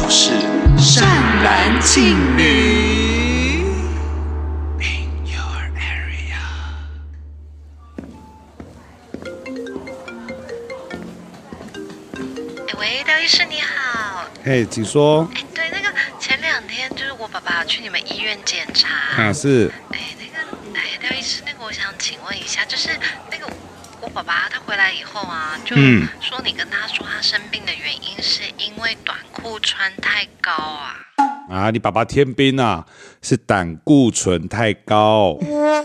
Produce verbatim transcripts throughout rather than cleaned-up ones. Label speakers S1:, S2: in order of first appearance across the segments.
S1: 就是善男信女。In your area。
S2: 哎喂，廖医师你好。
S3: 嘿，请说。
S2: 哎，对，那个前两天就是我爸爸去你们医院检查。
S3: 啊，是。
S2: 哎，那个，哎，廖医师，那个我想请问一下，就是那个我爸爸他回来以后啊，就说你跟他说他生病的原因是因为短裤穿太高啊。
S3: 啊，你爸爸天兵啊，是胆固醇太高。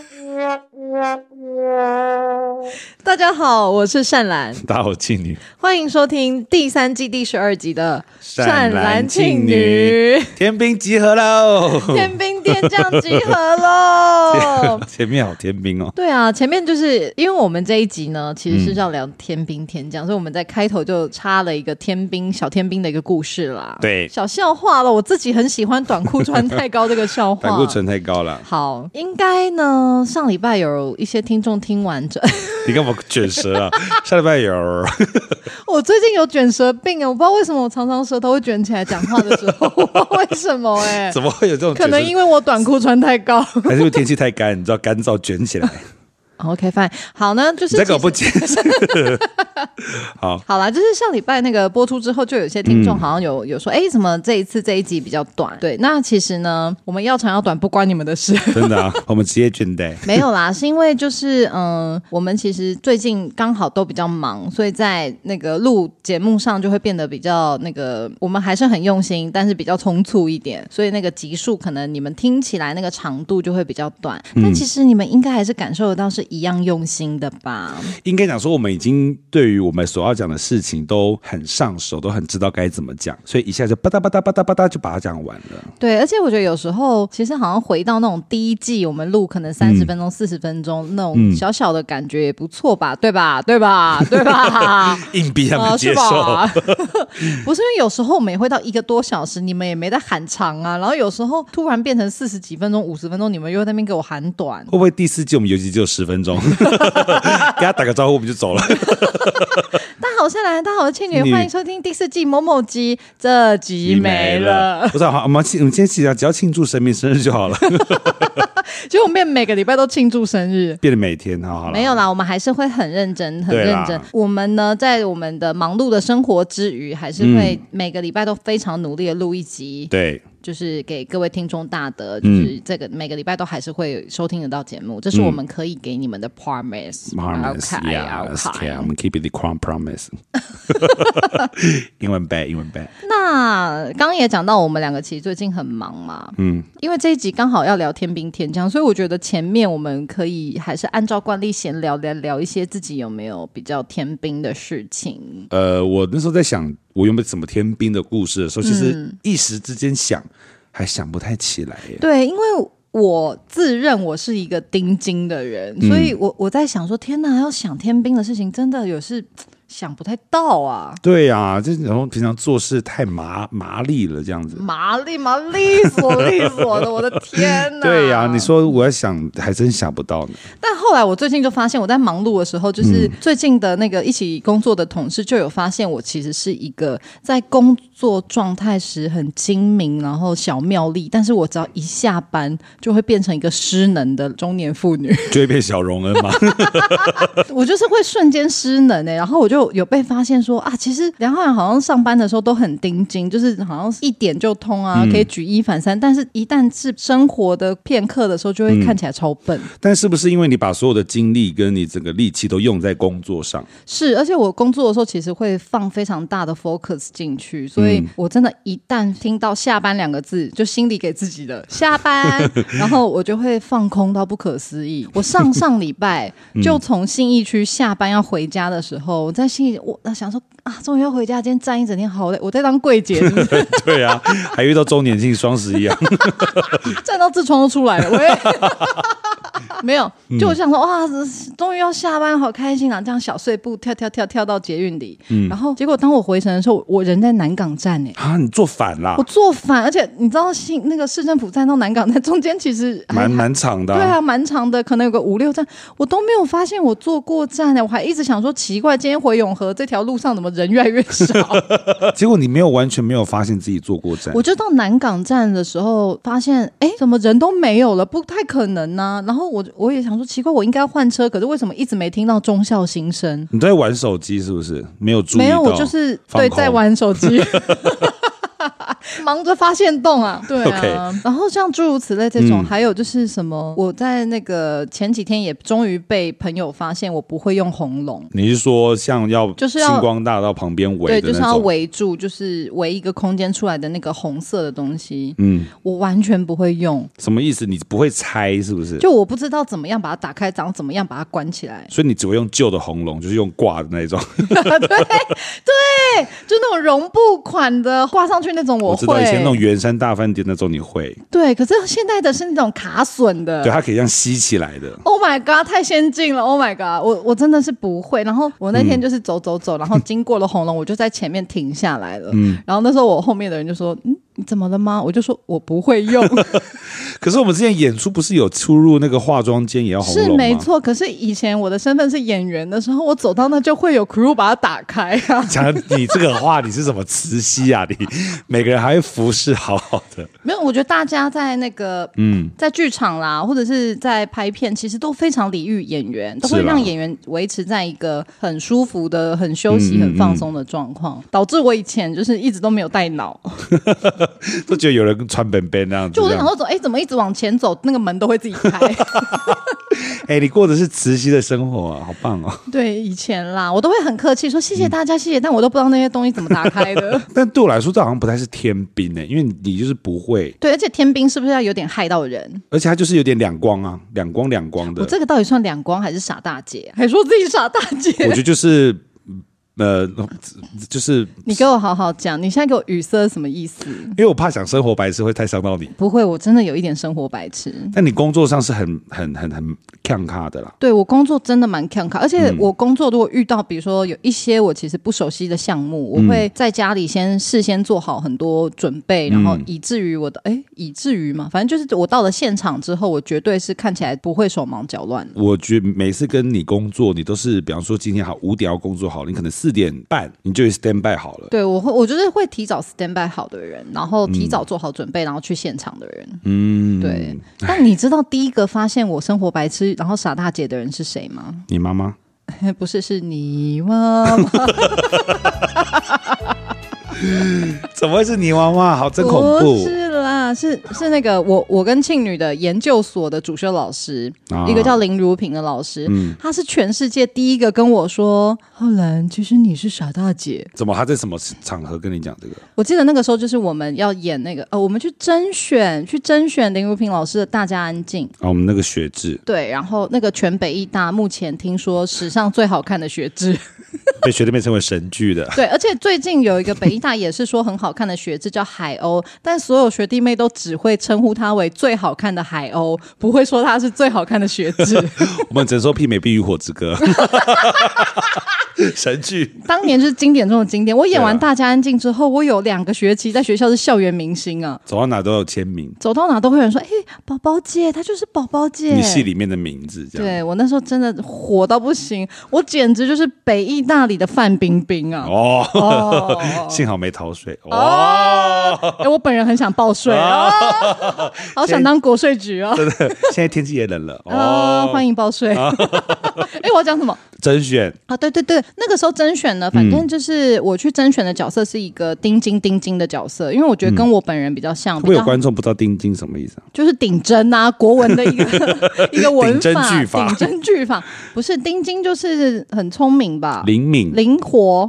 S4: 大家好，我是善兰，
S3: 大家好，庆女，
S4: 欢迎收听第三季第十二集的
S3: 善兰庆女，天兵集合喽！
S4: 天兵天将集合喽！
S3: 前面好天兵哦。
S4: 对啊，前面就是因为我们这一集呢，其实是要聊天兵天将，嗯、所以我们在开头就插了一个天兵小天兵的一个故事啦。
S3: 对，
S4: 小笑话了，我自己很喜欢短裤穿太高这个笑话。
S3: 胆固醇太高了。
S4: 好，应该呢上礼拜有一些听众听完这。
S3: 你干嘛卷舌啊？下礼拜有。
S4: 我最近有卷舌病啊，我不知道为什么我常常舌头会卷起来讲话的时候，我不知道为什么哎、欸？
S3: 怎么会有这种？
S4: 可能因为我短裤穿太高，
S3: 还是因为天气太干？你知道干燥卷起来。
S4: OK fine， 好呢，就是
S3: 这个不解释。好，
S4: 好啦，就是上礼拜那个播出之后，就有些听众好像有、嗯、有说，哎，怎么这一次这一集比较短？对，那其实呢，我们要长要短不关你们的事，
S3: 真的啊，我们职业倦怠。
S4: 没有啦，是因为就是嗯、呃，我们其实最近刚好都比较忙，所以在那个录节目上就会变得比较那个，我们还是很用心，但是比较匆促一点，所以那个集数可能你们听起来那个长度就会比较短，嗯、但其实你们应该还是感受得到是一样用心的吧？
S3: 应该讲说，我们已经对于我们所要讲的事情都很上手，都很知道该怎么讲，所以一下就吧嗒吧嗒吧嗒吧嗒就把它讲完了。
S4: 对，而且我觉得有时候其实好像回到那种第一季我们录可能三十分钟、四十、嗯、分钟那种小小的感觉也不错吧？对吧？对吧？对吧？
S3: 硬逼他们接受。呃、
S4: 是不是因为有时候我们也会到一个多小时，你们也没在喊长啊，然后有时候突然变成四十几分钟、五十分钟，你们又在那边给我喊短，
S3: 会不会第四季我们尤其只有十分钟？给他打个招呼我们就走了。大
S4: 家好，我是兰，大家好，我是庆女，欢迎收听第四季某某集，这集没了。
S3: 不是，好，我们我们今天只要庆祝神明生日就好了。
S4: 结果我们变每个礼拜都庆祝生日，
S3: 变得每天好好了。
S4: 没有啦，我们还是会很认真，很认真。我们呢，在我们的忙碌的生活之余，还是会每个礼拜都非常努力的录一集。
S3: 对。
S4: 就是给各位听众大德，就是这个、嗯、每个礼拜都还是会收听得到节目，这是我们可以给你们的 promise。promise，yeah，OK，我
S3: 们 keep it the crown promise。英文 bad， 英文 bad。
S4: 那刚刚也讲到，我们两个其实最近很忙嘛，嗯，因为这一集刚好要聊天兵天将，所以我觉得前面我们可以还是按照惯例闲聊聊聊一些自己有没有比较天兵的事情。
S3: 呃，我那时候在想。我有没有什么天兵的故事的时候，其实一时之间想、嗯、还想不太起来耶。
S4: 对，因为我自认我是一个丁金的人、嗯、所以我我在想说，天哪，要想天兵的事情真的有是想不太到啊。
S3: 对啊，就然后平常做事太麻麻利了，这样子
S4: 麻利麻利索利索的，我的天哪。
S3: 对啊，你说我在想还真想不到呢。
S4: 但后来我最近就发现，我在忙碌的时候，就是最近的那个一起工作的同事就有发现，我其实是一个在工作状态时很精明，然后小妙丽，但是我只要一下班就会变成一个失能的中年妇女，
S3: 就会变小荣恩嘛。
S4: 我就是会瞬间失能欸，然后我就有被发现说啊，其实梁浩然好像上班的时候都很盯紧，就是好像一点就通啊，嗯、可以举一反三，但是一旦是生活的片刻的时候，就会看起来超笨。嗯、
S3: 但是不是因为你把所有的精力跟你整个力气都用在工作上？
S4: 是，而且我工作的时候其实会放非常大的 focus 进去，所以我真的一旦听到下班两个字，就心里给自己的下班，然后我就会放空到不可思议。我上上礼拜就从信义区下班要回家的时候，我在心里我想说啊，终于要回家，今天站一整天好累，我在当柜姐是不是？
S3: 对啊，还遇到周年庆双十一啊，
S4: 站到痔疮都出来了，喂。 没有，就我想说、嗯、哇，终于要下班，好开心啊！这样小碎步跳跳跳跳到捷运里、嗯，然后结果当我回程的时候，我人在南港站哎、欸，
S3: 啊，你坐反啦！
S4: 我坐反，而且你知道新那个市政府站到南港站中间其实
S3: 蛮蛮长的、啊，
S4: 对啊，蛮长的，可能有个五六站，我都没有发现我坐过站哎、欸，我还一直想说奇怪，今天回永和这条路上怎么人越来越少？
S3: 结果你没有完全没有发现自己坐过站，
S4: 我就到南港站的时候发现，哎，怎么人都没有了？不太可能啊！然后我我也想说奇怪，我应该要换车，可是为什么一直没听到忠孝新生？
S3: 你都在玩手机是不是？没有注意到？
S4: 没有，我就是对在玩手机。忙着发现洞啊，对啊， okay. 然后像诸如此类这种、嗯、还有就是什么我在那个前几天也终于被朋友发现我不会用红龙。
S3: 你是说像要就是要星光大道旁边围的那种，
S4: 对，就是要围住，就是围一个空间出来的那个红色的东西，嗯，我完全不会用。
S3: 什么意思？你不会拆是不是？
S4: 就我不知道怎么样把它打开，长怎么样把它关起来，
S3: 所以你只会用旧的红龙，就是用挂的那种。
S4: 对对，就那种绒布款的挂上去那种我会。我知道
S3: 以前那种圆山大饭店那种你会，
S4: 对，可是现在的是那种卡榫的，
S3: 对，它可以这样吸起来的。
S4: Oh my god， 太先进了 ！Oh my god， 我我真的是不会。然后我那天就是走走走，嗯、然后经过了红龙，我就在前面停下来了。嗯，然后那时候我后面的人就说：“嗯，你怎么了吗？”我就说我不会用。
S3: 可是我们之前演出不是有出入那个化妆间也要红龙吗？
S4: 是没错。可是以前我的身份是演员的时候，我走到那就会有 crew 把它打开啊。
S3: 讲你这个话，你是什么慈禧啊？你每个人还会服侍好好的。
S4: 没有，我觉得大家在那个嗯，在剧场啦，或者是在拍片，其实都非常礼遇演员，都会让演员维持在一个很舒服的、很休息、很放松的状况，嗯嗯嗯，导致我以前就是一直都没有带脑，
S3: 都觉得有人穿本本那样子。
S4: 就我就想说走，哎，怎么一直往前走，那个门都会自己开。
S3: 哎、欸，你过的是慈禧的生活啊，好棒哦！
S4: 对，以前啦，我都会很客气说谢谢大家，嗯、谢谢，但我都不知道那些东西怎么打开的。
S3: 但对我来说，这好像不太是天兵哎、欸，因为你就是不会。
S4: 对，而且天兵是不是要有点害到人？
S3: 而且它就是有点两光啊，两光两光的。
S4: 我这个到底算两光还是傻大姐？还说自己傻大姐？
S3: 我觉得就是。呃，就是
S4: 你给我好好讲，你现在给我语塞什么意思？
S3: 因为我怕讲生活白痴会太伤到你。
S4: 不会，我真的有一点生活白痴。
S3: 但你工作上是很很很很强卡的啦。
S4: 对，我工作真的蛮强卡，而且我工作如果遇到比如说有一些我其实不熟悉的项目，我会在家里先事先做好很多准备，然后以至于我的哎，以至于嘛，反正就是我到了现场之后，我绝对是看起来不会手忙脚乱。
S3: 我觉得每次跟你工作，你都是比方说今天好五点要工作好，你可能四点半你就 stand by 好了。
S4: 对，我会，我就是会提早 stand by 好的人，然后提早做好准备，然后去现场的人。嗯，对。但你知道第一个发现我生活白痴，然后傻大姐的人是谁吗？
S3: 你妈妈？
S4: 不是，是你妈妈。
S3: 怎么会是你妈妈？好，真恐怖！
S4: 不是啦，是是那个我我跟庆女的研究所的主修老师，啊、一个叫林如萍的老师，嗯，他是全世界第一个跟我说，浩兰，其实你是傻大姐。
S3: 怎么？他在什么场合跟你讲这个？
S4: 我记得那个时候就是我们要演那个呃，我们去甄选，去甄选林如萍老师的《大家安静》
S3: 啊，我们那个学制。
S4: 对，然后那个全北艺大目前听说史上最好看的学制。
S3: 被学弟妹称为神剧的。
S4: 对，而且最近有一个北艺大也是说很好看的学制叫海鸥，但所有学弟妹都只会称呼它为最好看的海鸥，不会说它是最好看的学制。
S3: 我们只能说媲美《冰与火之歌》。神剧
S4: 当年就是经典中的经典。我演完《大家安静》之后，我有两个学期在学校是校园明星啊，
S3: 走到哪都有签名，
S4: 走到哪都会有人说：“哎、欸，宝宝姐，她就是宝宝姐。”
S3: 你戏里面的名字这样。对，
S4: 我那时候真的火到不行，我简直就是北艺大里的范冰冰啊！哦，
S3: 哦幸好没逃税哦。
S4: 哎、欸，我本人很想报税啊，哦、好想当国税局啊！
S3: 真的，现在天气也冷了哦，
S4: 呃、欢迎报税。哎、欸，我要讲什么？
S3: 甄选
S4: 啊，对对对，那个时候甄选呢，反正就是我去甄选的角色是一个丁金丁金的角色，因为我觉得跟我本人比较像。
S3: 会、嗯、有观众不知道丁金什么意思、啊？
S4: 就是顶针啊，国文的一个一个文法，
S3: 顶针句法，
S4: 顶针句法不是丁金，就是很聪明吧，
S3: 灵敏、
S4: 灵活。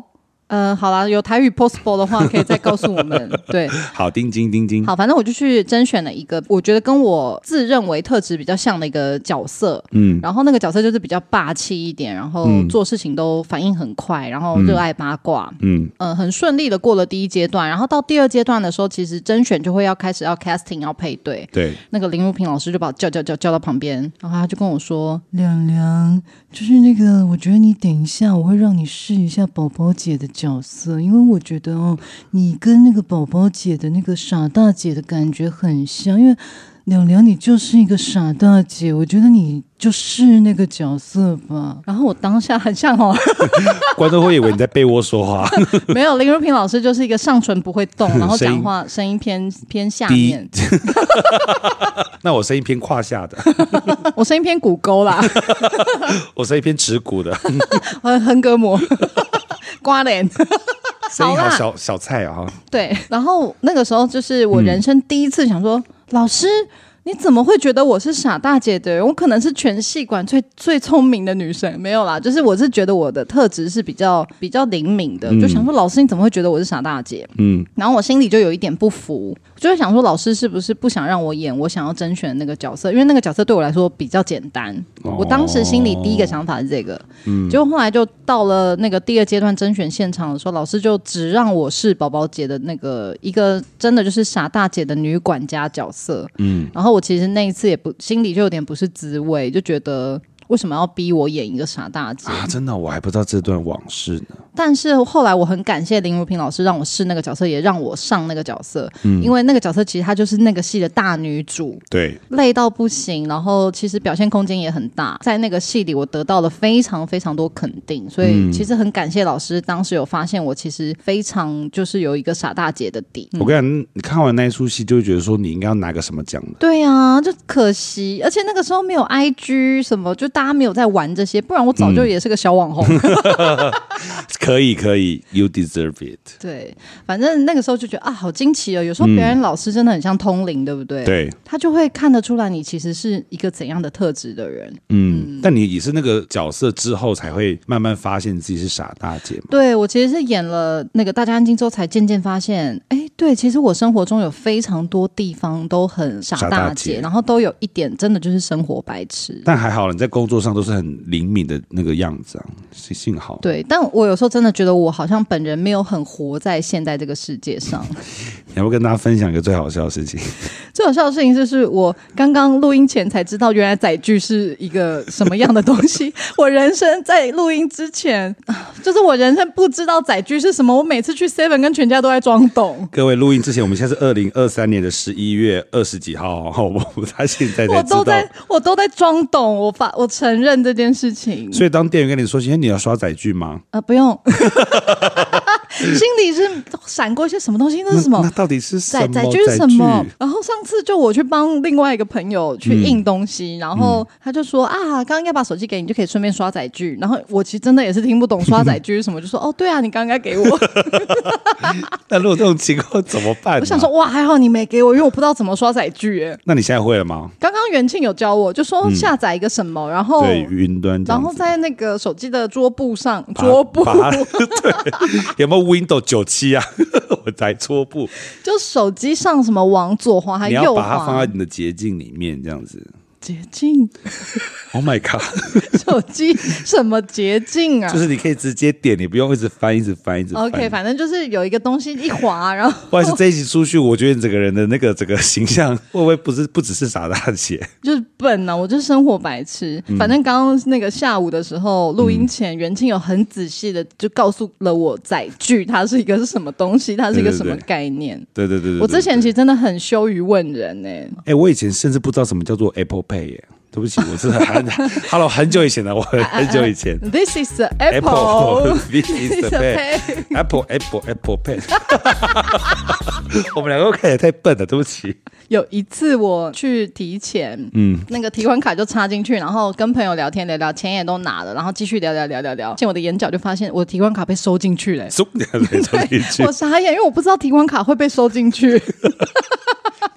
S4: 呃，好啦，有台语 possible 的话，可以再告诉我们。对，
S3: 好，丁金丁金。
S4: 好，反正我就去甄选了一个，我觉得跟我自认为特质比较像的一个角色。嗯，然后那个角色就是比较霸气一点，然后做事情都反应很快，然后热爱八卦。嗯，呃，很顺利的过了第一阶段，然后到第二阶段的时候，其实甄选就会要开始要 casting 要配对。
S3: 对，
S4: 那个林如萍老师就把我叫叫叫叫到旁边，然后他就跟我说：“亮亮，就是那个，我觉得你等一下，我会让你试一下宝宝姐的角色，因为我觉得哦，你跟那个宝宝姐的那个傻大姐的感觉很像，因为亮亮你就是一个傻大姐，我觉得你就是那个角色吧。”然后我当下很像哦，
S3: 观众会以为你在被窝说话。
S4: 没有，林如萍老师就是一个上唇不会动，然后讲话声音偏偏下面。
S3: 那我声音偏胯下的，
S4: 我声音偏骨沟啦，
S3: 我声音偏耻骨的，
S4: 横膈膜，刮脸。
S3: 声音好小小菜啊！
S4: 对，然后那个时候就是我人生第一次想说，嗯、老师。你怎么会觉得我是傻大姐的？我可能是全系馆最最聪明的女生，没有啦，就是我是觉得我的特质是比较比较灵敏的，嗯、就想说老师你怎么会觉得我是傻大姐？嗯，然后我心里就有一点不服，就会想说老师是不是不想让我演我想要甄选的那个角色？因为那个角色对我来说比较简单，哦、我当时心里第一个想法是这个，嗯，结果后来就到了那个第二阶段甄选现场的时候，老师就只让我是宝宝姐的那个一个真的就是傻大姐的女管家角色，嗯，然后我其实那一次也不心里就有点不是滋味，就觉得为什么要逼我演一个傻大姐
S3: 啊？真的，我还不知道这段往事呢。
S4: 但是后来我很感谢林如萍老师让我试那个角色，也让我上那个角色，嗯、因为那个角色其实她就是那个戏的大女主，
S3: 对，
S4: 累到不行，然后其实表现空间也很大，在那个戏里我得到了非常非常多肯定，所以其实很感谢老师当时有发现我其实非常就是有一个傻大姐的底。
S3: 嗯、我跟你讲，你看完那一出戏就会觉得说你应该要拿个什么奖的。
S4: 对啊，就可惜，而且那个时候没有 I G 什么，就大家没有在玩这些，不然我早就也是个小网红。
S3: 嗯、可以可以 You deserve it。
S4: 对，反正那个时候就觉得啊，好惊奇哦！有时候表演老师真的很像通灵，嗯、对不对？
S3: 对，
S4: 他就会看得出来你其实是一个怎样的特质的人。
S3: 嗯，嗯但你也是那个角色之后才会慢慢发现自己是傻大姐嘛？
S4: 对，我其实是演了那个大家安静之后，才渐渐发现，哎，对，其实我生活中有非常多地方都很傻大姐，大姐然后都有一点真的就是生活白痴。
S3: 但还好了，你在工作上都是很灵敏的那个样子啊，幸好。
S4: 对，但我有时候真的觉得我好像本人没有很活在现在这个世界上。
S3: 你要不跟大家分享一个最好笑的事情？
S4: 最好笑的事情就是我刚刚录音前才知道，原来载具是一个什么样的东西。我人生在录音之前，就是我人生不知道载具是什么。我每次去 seven 跟全家都在装懂。
S3: 各位，录音之前，我们现在是二零二三年的十一月二十几号，好不好？他现在才知道，
S4: 我都在，我都在装懂。我发，我承认这件事情。
S3: 所以当店员跟你说：“今天你要刷载具吗？”
S4: 呃，不用。心里是闪过一些什么东西，那是什么？
S3: 那, 那到底是什么？
S4: 载具是什么？然后上次就我去帮另外一个朋友去印东西，嗯、然后他就说、嗯、啊，刚刚应该把手机给你，就可以顺便刷载具。然后我其实真的也是听不懂刷载具是什么，就说哦，对啊，你刚刚给我。
S3: 那如果这种情况怎么办、啊？
S4: 我想说哇，还好你没给我，因为我不知道怎么刷载具耶。
S3: 那你现在会了吗？
S4: 刚刚元庆有教我，就说下载一个什么，嗯、然后
S3: 对云端，
S4: 然后在那个手机的桌布上，桌布
S3: 对，有没有 Windows 九七啊？我在桌布，
S4: 就手机上什么往左滑还右滑，
S3: 你要把它放在你的捷径里面，这样子。
S4: 捷径
S3: ？Oh my god！
S4: 手机什么捷径啊？
S3: 就是你可以直接点，你不用一直翻，一直翻，一直翻。
S4: OK， 反正就是有一个东西一滑，然后
S3: 不好意思，这一集出去，我觉得你整个人的那个整个形象会不会不是不只是傻大姐，
S4: 就是笨啊！我就是生活白痴。嗯、反正刚刚那个下午的时候，录音前，元庆有很仔细的就告诉了我载具它是一个是什么东西，它是一个什么概念。
S3: 对对 对, 对, 对, 对, 对, 对, 对，
S4: 我之前其实真的很羞于问人呢、欸。
S3: 哎、欸，我以前甚至不知道什么叫做 Apple Pay 耶。对不起，我是很，Hello， 很久以前的，我很久以前。
S4: This is the Apple.
S3: This is the Pay. Apple, Apple, Apple Pay. 我们两个看起来太笨了，对不起。
S4: 有一次我去提钱，嗯，那个提款卡就插进去，然后跟朋友聊天聊聊，钱也都拿了，然后继续聊聊聊聊聊，见我的眼角就发现我的提款卡被收进去了、欸，
S3: 收收进去，
S4: 我傻眼，因为我不知道提款卡会被收进去。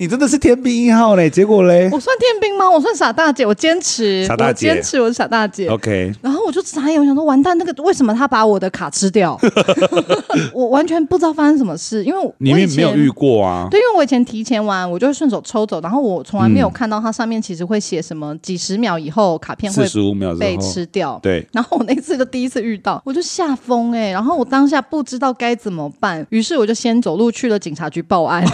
S3: 你真的是天兵一号嘞，结果嘞，
S4: 我算天兵吗？我算傻大姐，我坚持，
S3: 傻大姐，
S4: 我坚持我是傻大姐。
S3: OK，
S4: 然后我就傻眼，我想说完蛋，那个为什么他把我的卡吃掉？我完全不知道发生什么事，因为我
S3: 你没有遇过啊。
S4: 对，因为我以前提前玩，我就会顺手抽走，然后我从来没有看到它上面其实会写什么几十秒以后卡片会
S3: 四十五秒
S4: 被吃掉。
S3: 对，
S4: 然后我那次就第一次遇到，我就吓疯哎，然后我当下不知道该怎么办，于是我就先走路去了警察局报案。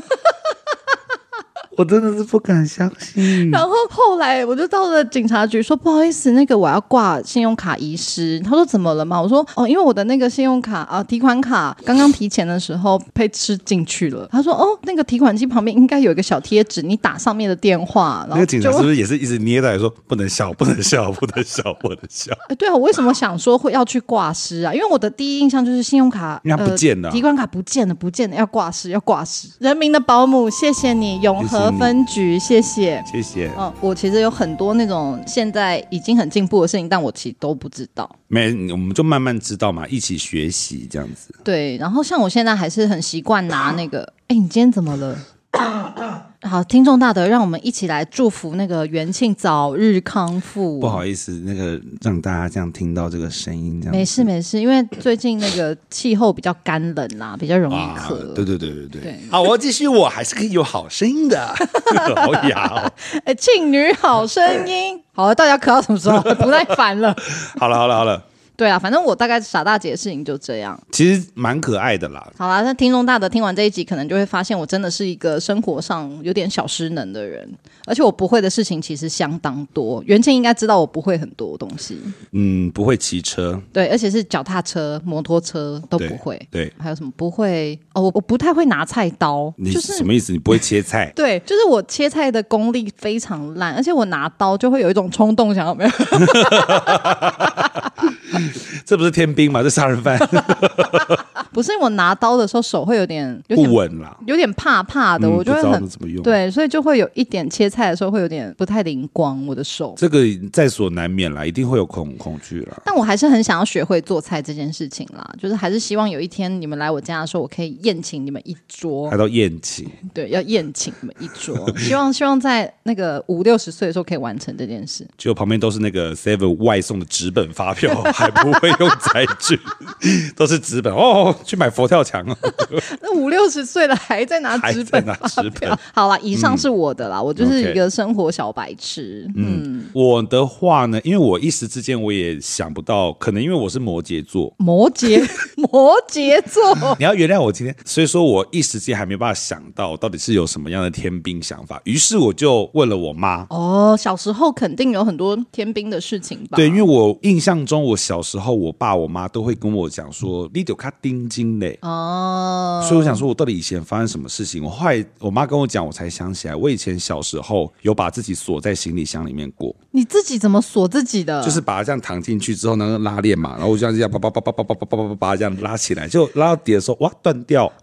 S3: 我真的是不敢相信。
S4: 然后后来我就到了警察局说不好意思，那个我要挂信用卡遗失。他说怎么了嘛？我说哦，因为我的那个信用卡啊、呃、提款卡刚刚提钱的时候被吃进去了。他说哦，那个提款机旁边应该有一个小贴纸，你打上面的电话。然后
S3: 那个警察是不是也是一直捏在说不能笑，不能笑，不能笑，不能笑？
S4: 哎，对啊，我为什么想说会要去挂失啊？因为我的第一印象就是信用卡
S3: 因为它不见了、
S4: 呃，提款卡不见了，不见了，要挂失，要挂失。人民的保姆，谢谢你，永和分局，谢谢，
S3: 谢谢。
S4: 嗯，我其实有很多那种现在已经很进步的事情，但我其实都不知道。
S3: 没，我们就慢慢知道嘛，一起学习这样子。
S4: 对，然后像我现在还是很习惯拿那个，哎，你今天怎么了？好，听众大德，让我们一起来祝福那个元庆早日康复。
S3: 不好意思，那个让大家这样听到这个声音，这样
S4: 没事没事，因为最近那个气候比较干冷啦，比较容易咳、啊。
S3: 对对对对对。
S4: 对
S3: 好，我要继续，我还是可以有好声音的，好哑哦。
S4: 哎，庆女好声音，好了，大家咳到什么时候？不耐烦了。
S3: 好了好了好了。
S4: 对啊，反正我大概傻大姐的事情就这样，
S3: 其实蛮可爱的啦。
S4: 好啦，那听众大德听完这一集，可能就会发现我真的是一个生活上有点小失能的人，而且我不会的事情其实相当多。元庆应该知道我不会很多东西，
S3: 嗯，不会骑车，
S4: 对，而且是脚踏车、摩托车都不会。
S3: 对，对
S4: 还有什么不会？哦，我我不太会拿菜刀，
S3: 你
S4: 就是
S3: 什么意思？你不会切菜？
S4: 对，就是我切菜的功力非常烂，而且我拿刀就会有一种冲动想要没有。
S3: 这不是天兵吗？这杀人犯。
S4: 不是我拿刀的时候手会有点有点
S3: 不稳啦，
S4: 有点怕怕的，嗯、我就会很
S3: 不知道怎么用。
S4: 对，所以就会有一点切菜的时候会有点不太灵光，我的手。
S3: 这个在所难免啦，一定会有恐恐惧啦。
S4: 但我还是很想要学会做菜这件事情啦，就是还是希望有一天你们来我家的时候，我可以宴请你们一桌。
S3: 还到宴请，
S4: 对，要宴请你们一桌。希望希望在那个五六十岁的时候可以完成这件事。
S3: 就旁边都是那个 Seven 外送的纸本发票，还不会用载具，都是纸本哦。去买佛跳墙哦。
S4: 那五六十岁了还在拿纸本发票。好啦，以上是我的啦，嗯、我就是一个生活小白痴。嗯，嗯
S3: 我的话呢，因为我一时之间我也想不到，可能因为我是摩羯座，
S4: 摩羯摩羯座，
S3: 你要原谅我今天，所以说我一时之间还没办法想到到底是有什么样的天兵想法，于是我就问了我妈。
S4: 哦，小时候肯定有很多天兵的事情吧？
S3: 对，因为我印象中，我小时候我爸我妈都会跟我讲说，你就卡丁金嘞。哦，所以我想说，我到底以前发生什么事情？我后来我妈跟我讲，我才想起来，我以前小时候有把自己锁在行李箱里面过。
S4: 你自己怎么锁自己的？
S3: 就是把它这样躺进去之后，那个拉链嘛，然后我就这样叭叭叭叭叭叭叭叭叭叭这样拉起来，就拉到底的时候，哇，断掉！哇，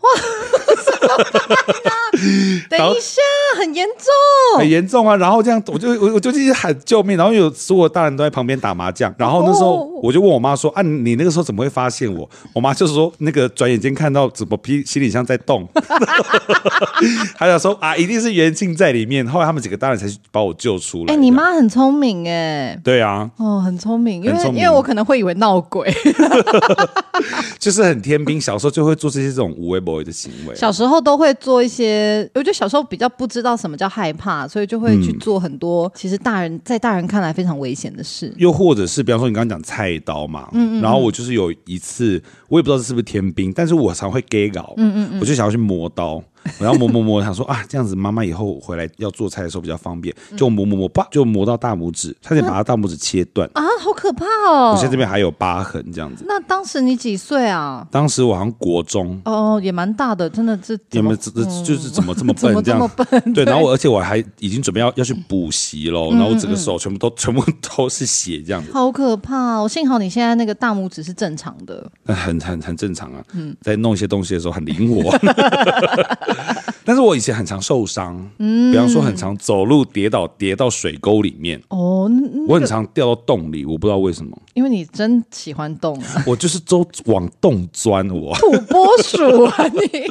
S4: 等一下，很严重，
S3: 很严重啊！然后这样，我就我我就一直喊救命，然后有所有大人都在旁边打麻将，然后那时候我就问我妈说：“啊，你那个时候怎么会发现我？”我妈就说：“那个转眼间看到怎么批行李箱在动。”她就说：“啊，一定是元庆在里面。”后来他们几个大人才把我救出来。
S4: 哎、欸，你妈很聪明哎。
S3: 对啊，
S4: 哦，很聪明，因为因为我可能会以为闹鬼，
S3: 就是很天兵，小时候就会做这些这种无微不微的行为。
S4: 小时候都会做一些，我觉得小时候比较不知道什么叫害怕，所以就会去做很多、嗯、其实大人在大人看来非常危险的事。又或者是比方说你刚刚讲菜刀嘛，嗯嗯嗯，然后我就是有一次我也不知道这是不是天兵，但是我常会 gay 搞，嗯嗯嗯，我就想要去磨刀。然后磨磨磨，想说啊，这样子妈妈以后回来要做菜的时候比较方便，就磨磨磨，啪，就磨到大拇指，差点把他大拇指切断啊，好可怕哦！
S3: 我现在这边还有疤痕，这样子。
S4: 那当时你几岁啊？
S3: 当时我好像国中
S4: 哦，也蛮大的，真的是
S3: 也没这就是怎么这么笨这样？对，然后我而且我还已经准备要要去补习咯，然后我整个手全部都全部都是血这样子，
S4: 好可怕哦！幸好你现在那个大拇指是正常的，
S3: 很很很正常啊。嗯，在弄一些东西的时候很灵活。 但是我以前很常受伤，嗯，比方说很常走路跌倒跌到水沟里面。
S4: 哦，那
S3: 我很常掉到洞里，我不知道为什么。
S4: 因为你真喜欢动啊，
S3: 我就是都往洞钻，我
S4: 土拨鼠啊你。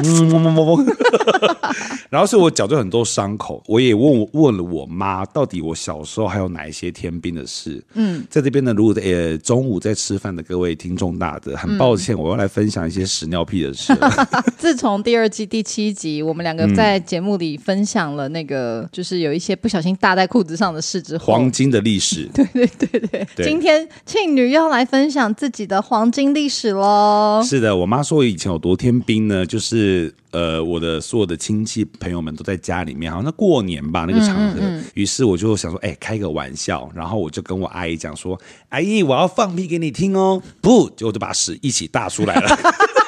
S3: 然后所以我脚就很多伤口，我也问问了我妈，到底我小时候还有哪一些天兵的事。嗯，在这边呢，如果呃中午在吃饭的各位听众大德，很抱歉，嗯、我要来分享一些屎尿屁的事了。
S4: 自从第二季第七集，我们两个在节目里分享了那个，就是有一些不小心搭在裤子上的事之后，
S3: 黄金的历史。
S4: 对对对 对, 对，今天庆女要来分享自己的黄金历史咯。
S3: 是的，我妈说我以前有多天兵呢，就是呃，我的所有的亲戚朋友们都在家里面，好像那过年吧那个场合，嗯嗯嗯于是我就想说，哎、欸，开个玩笑，然后我就跟我阿姨讲说，阿姨，我要放屁给你听哦，不，结果就把屎一起大出来了。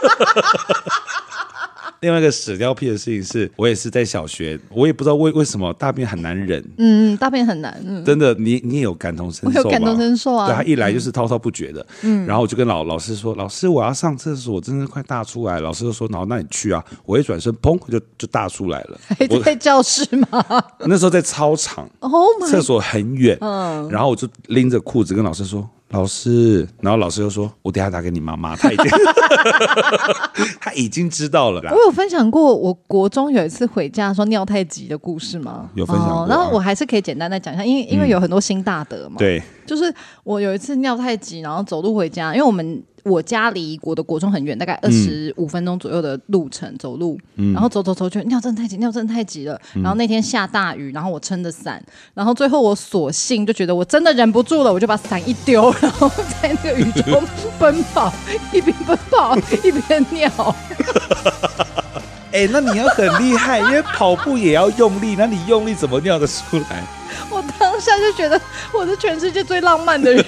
S3: 另外一个屎尿屁的事情是，我也是在小学，我也不知道为为什么大便很难忍。
S4: 嗯，大便很难。嗯，
S3: 真的，你你也有感同身受吧？
S4: 我有感同身受啊。
S3: 对，他一来就是滔滔不绝的。嗯，然后我就跟老老师说，老师我要上厕所，我真的快大出来了。老师就说，好，那你去啊。我一转身，砰，就就大出来了。
S4: 还在教室吗？
S3: 那时候在操场，
S4: oh、
S3: 厕所很远。嗯，然后我就拎着裤子跟老师说。老师，然后老师就说：“我等一下打给你妈妈，她已经她已经知道了啦。”
S4: 我有分享过，我国中有一次回家说尿太急的故事吗？
S3: 有分享过、啊哦。
S4: 然后我还是可以简单的讲一下，因为因为有很多新大德嘛。
S3: 嗯、对，
S4: 就是我有一次尿太急，然后走路回家，因为我们。我家离我的国中很远，大概二十五分钟左右的路程，走路，嗯、然后走走走，就尿真的太急，尿真的太急了。嗯、然后那天下大雨，然后我撑着伞，然后最后我索性就觉得我真的忍不住了，我就把伞一丢，然后在那个雨中奔跑，一边奔跑一边尿。
S3: 哎、欸，那你要很厉害，因为跑步也要用力，那你用力怎么尿得出来？
S4: 我当下就觉得我是全世界最浪漫的人。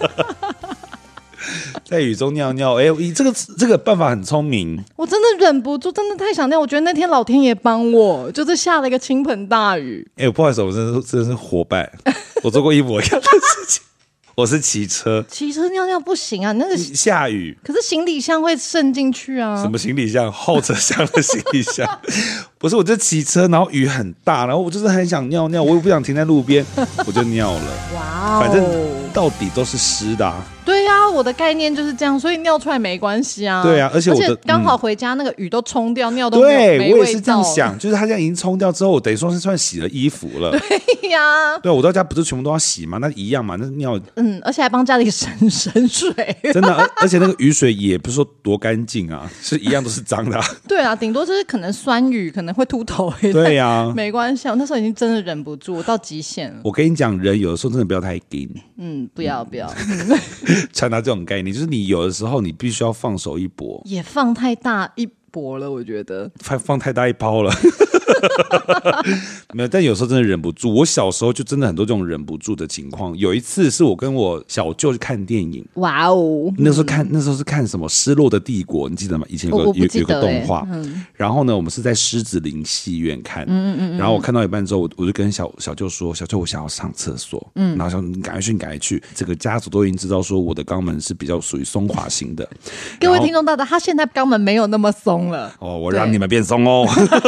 S3: 在雨中尿尿，哎、欸，这个这个办法很聪明。
S4: 我真的忍不住，真的太想尿。我觉得那天老天爷帮我，就是下了一个倾盆大雨。
S3: 哎、欸，不好意思，我真的真的是活败，我做过一模一样的事情。我是骑车，
S4: 骑车尿尿不行啊，那个
S3: 下雨，
S4: 可是行李箱会渗进去啊。
S3: 什么行李箱？后车厢的行李箱？不是，我就骑车，然后雨很大，然后我就是很想尿尿，我也不想停在路边，我就尿了。哇、哦，反正到底都是湿的、啊。
S4: 对呀、啊，我的概念就是这样，所以尿出来没关系啊。
S3: 对啊，而且我的
S4: 刚好回家那个雨都冲掉，嗯、尿都没有
S3: 对
S4: 没味道。
S3: 我也是这样想，就是它这样已经冲掉之后，我等于说是算洗了衣服了。
S4: 对呀、啊，
S3: 对，我到家不是全部都要洗吗？那一样嘛，那尿。
S4: 嗯，而且还帮家里省省水。
S3: 真的，而而且那个雨水也不是说多干净啊，是一样都是脏的、啊。
S4: 对啊，顶多就是可能酸雨，可能会秃头。
S3: 对呀、啊，
S4: 没关系，我那时候已经真的忍不住，我到极限了。
S3: 我跟你讲，人有的时候真的不要太硬。
S4: 嗯，不要不要。
S3: 传达这种概念，就是你有的时候你必须要放手一搏，
S4: 也放太大一搏了，我觉得
S3: 放放太大一包了。没有，但有时候真的忍不住。我小时候就真的很多这种忍不住的情况。有一次是我跟我小舅去看电影，
S4: 哇哦！
S3: 那时候看、嗯、那时候是看什么《失落的帝国》，你记得吗？以前有个、欸、有, 有个动画、嗯。然后呢，我们是在狮子林戏院看。嗯嗯嗯。然后我看到一半之后，我我就跟小小舅说：“小舅，我想要上厕所。”嗯。然后说：“你赶快去，你赶快去。”整个家族都已经知道说我的肛门是比较属于松垮型的。
S4: 各位听众大德，他现在肛门没有那么松了。
S3: 哦，我让你们变松哦。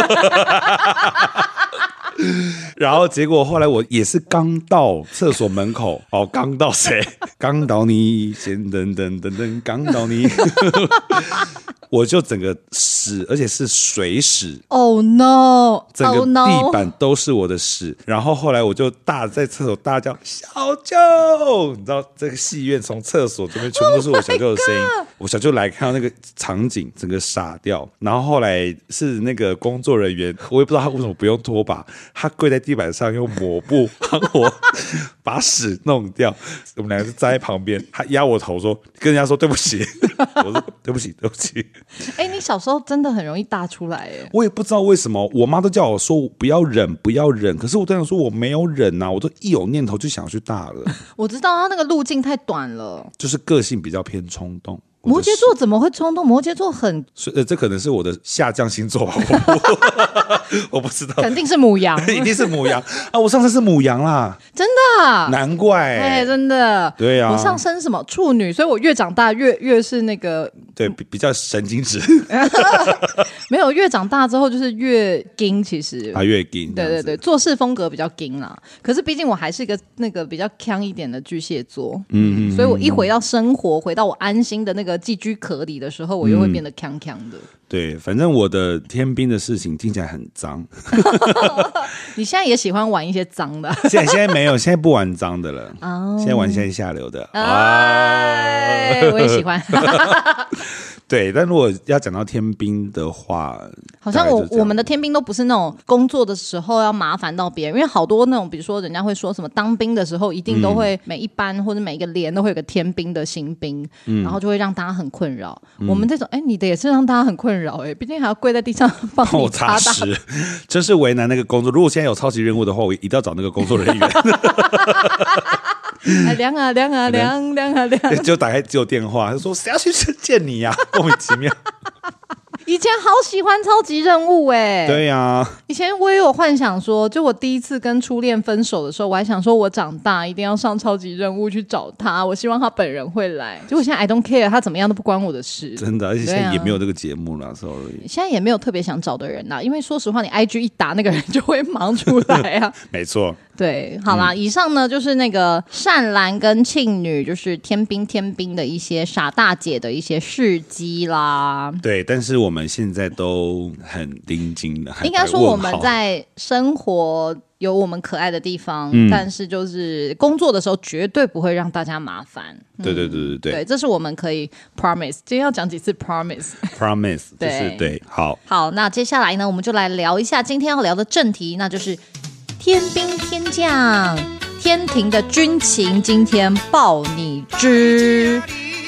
S3: 然后结果后来我也是刚到厕所门口，哦，刚到谁？刚到你，先噔噔噔噔，刚到你，我就整个屎，而且是水屎。
S4: Oh no！
S3: 整个地板都是我的屎。Oh no. 然后后来我就大在厕所大叫小舅，你知道这个戏院从厕所这边全部都是我小舅的声音。Oh、我小舅来看到那个场景，整个傻掉。然后后来是那个工作人员，我也不知道他为什么不用拖把。他跪在地板上用抹布帮我把屎弄掉，我们两个就站在旁边，他压我头说跟人家说对不起，我说对不起对不起。
S4: 哎、欸，你小时候真的很容易大出来耶，
S3: 我也不知道为什么，我妈都叫我说不要忍不要忍，可是我都想说我没有忍啊，我都一有念头就想去大了。
S4: 我知道他那个路径太短了，
S3: 就是个性比较偏冲动。
S4: 摩羯座怎么会冲动？摩羯座很……
S3: 呃，这可能是我的下降星座吧，我, 我不知道，
S4: 肯定是牡羊，
S3: 一定是牡羊啊！我上升是牡羊啦，
S4: 真的，
S3: 难怪，
S4: 哎、欸，真的，
S3: 对啊，
S4: 我上升什么处女，所以我越长大越越是那个
S3: 对，比比较神经质。
S4: 没有，越长大之后就是越硬，其实
S3: 啊，越硬。
S4: 对对对，做事风格比较硬啦。可是毕竟我还是一个那个比较强一点的巨蟹座，嗯，所以我一回到生活，回到我安心的那个寄居壳里的时候，我又会变得强强的。
S3: 对，反正我的天兵的事情听起来很脏。
S4: 你现在也喜欢玩一些脏的？
S3: 现在现在没有，现在不玩脏的了。哦，现在玩现在下流的。哎，
S4: 我也喜欢。
S3: 对，但如果要讲到天兵的话，
S4: 好像我我们的天兵都不是那种工作的时候要麻烦到别人，因为好多那种，比如说人家会说什么当兵的时候一定都会每一班或者每一个连都会有个天兵的新兵，嗯、然后就会让大家很困扰。嗯、我们这种，哎，你的也是让大家很困扰，哎，毕竟还要跪在地上帮你擦
S3: 屎，真是为难那个工作。如果现在有超级任务的话，我一定要找那个工作人员。
S4: 哎，亮啊亮啊亮亮啊亮！
S3: 就打开只有电话，他说谁要去见你呀、啊？莫名其妙。
S4: 以前好喜欢超级任务哎、欸，
S3: 对呀、啊。
S4: 以前我也有幻想说，就我第一次跟初恋分手的时候，我还想说我长大一定要上超级任务去找他，我希望他本人会来。结果现在 I don't care， 他怎么样都不关我的事。
S3: 真的，而且现在也没有这个节目了 ，sorry。
S4: 现在也没有特别想找的人啦，因为说实话，你 I G 一打，那个人就会忙出来啊。
S3: 没错。
S4: 对，好啦、嗯，以上呢就是那个善兰跟庆女，就是天兵天兵的一些傻大姐的一些事迹啦。
S3: 对，但是我们现在都很盯紧的，
S4: 应该说我们在生活有我们可爱的地方、嗯，但是就是工作的时候绝对不会让大家麻烦。嗯、
S3: 对对对对对，
S4: 对，这是我们可以 promise。今天要讲几次 promise？promise，
S3: 对、就是、对，好，
S4: 好，那接下来呢，我们就来聊一下今天要聊的正题，那就是天兵天将，天庭的军情，今天报你知。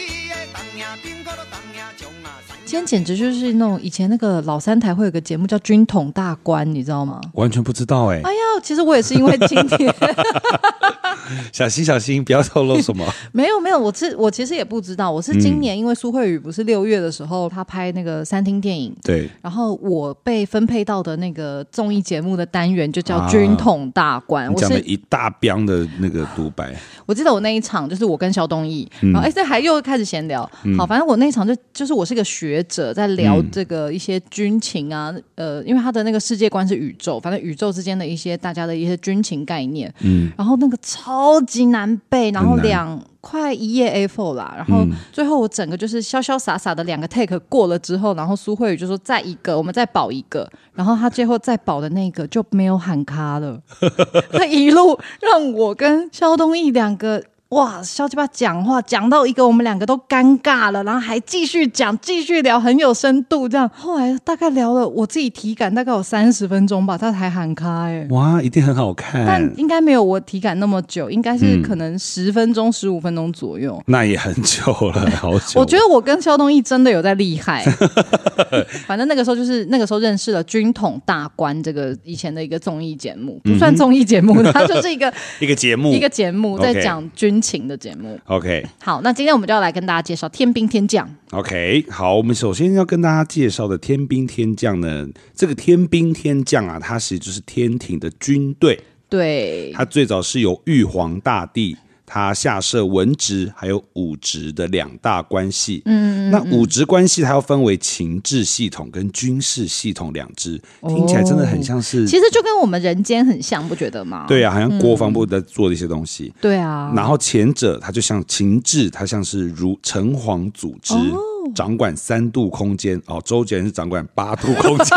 S4: 今天简直就是那种以前那个老三台会有个节目叫军统大观，你知道吗？
S3: 完全不知道哎、欸。
S4: 哎呀，其实我也是因为今天
S3: 小心小心，不要透露什么。
S4: 没有没有，我是我其实也不知道，我是今年因为苏慧宇不是六月的时候他拍那个三厅电影，
S3: 对，
S4: 然后我被分配到的那个综艺节目的单元就叫军统大观，
S3: 啊、我讲了一大标的那个独白。
S4: 我记得我那一场就是我跟萧东义，嗯、然后哎，这还又开始闲聊、嗯。好，反正我那一场就就是我是个学者，在聊这个一些军情啊，嗯、呃，因为他的那个世界观是宇宙，反正宇宙之间的一些大家的一些军情概念，嗯，然后那个超级难背，然后两快一页 A 四 啦，然后最后我整个就是潇潇洒洒的两个 take 过了之后，然后苏慧宇就说再一个，我们再保一个，然后他最后再保的那个就没有喊卡了，他一路让我跟萧东义两个。哇，萧鸡巴讲话讲到一个我们两个都尴尬了，然后还继续讲继续聊，很有深度这样。后来大概聊了我自己体感大概有三十分钟吧，他才喊开、欸。
S3: 哇，一定很好看，
S4: 但应该没有我体感那么久，应该是可能十分钟十五分钟左右、嗯、
S3: 那也很久了，好久了。
S4: 我觉得我跟萧东义真的有在厉害反正那个时候就是那个时候认识了军统大观这个以前的一个综艺节目，不算综艺节目、嗯、它就是一个
S3: 一个节目
S4: 一个节目在讲军情的节目。
S3: OK，
S4: 好，那今天我们就要来跟大家介绍天兵天将。
S3: OK， 好，我们首先要跟大家介绍的天兵天将呢，这个天兵天将啊，它其实就是天庭的军队。
S4: 对，
S3: 它最早是由玉皇大帝他下设文职还有武职的两大关系。嗯，那武职关系它要分为情治系统跟军事系统两支、哦、听起来真的很像是，
S4: 其实就跟我们人间很像，不觉得吗？
S3: 对啊，好像国防部在做的一些东西、
S4: 嗯、对啊。
S3: 然后前者它就像情治，它像是如城隍组织、哦、掌管三度空间哦，周杰伦是掌管八度空间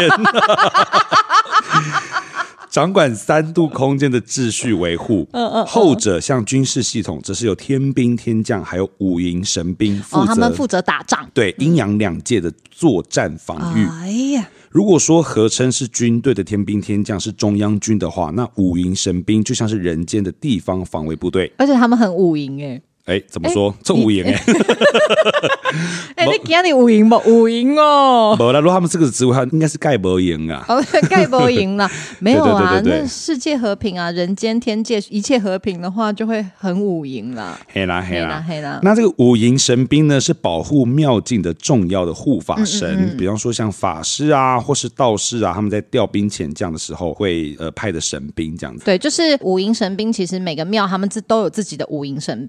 S3: 掌管三度空间的秩序维护，嗯嗯嗯，后者像军事系统，则是由天兵天将还有五营神兵负责、哦，
S4: 他们负责打仗，
S3: 对阴阳两界的作战防御。
S4: 哎呀，
S3: 如果说合称是军队的天兵天将是中央军的话，那五营神兵就像是人间的地方防卫部队，
S4: 而且他们很五营哎。
S3: 哎，怎么说？这五营哎，
S4: 哎，你今天五营不？五营哦，
S3: 没啦。如果他们这个职位，他应该是盖博营啊。
S4: 哦，盖博营啦，没有啊。对对对对对，那世界和平啊，人间天界一切和平的话，就会很五营啦。
S3: 黑啦黑啦
S4: 黑啦。
S3: 那这个五营神兵呢，是保护庙境的重要的护法神，嗯嗯嗯，比方说像法师啊，或是道士啊，他们在调兵遣将的时候会呃派的神兵这样子。
S4: 对，就是五营神兵，其实每个庙他们都有自己的五营神兵。
S3: 对。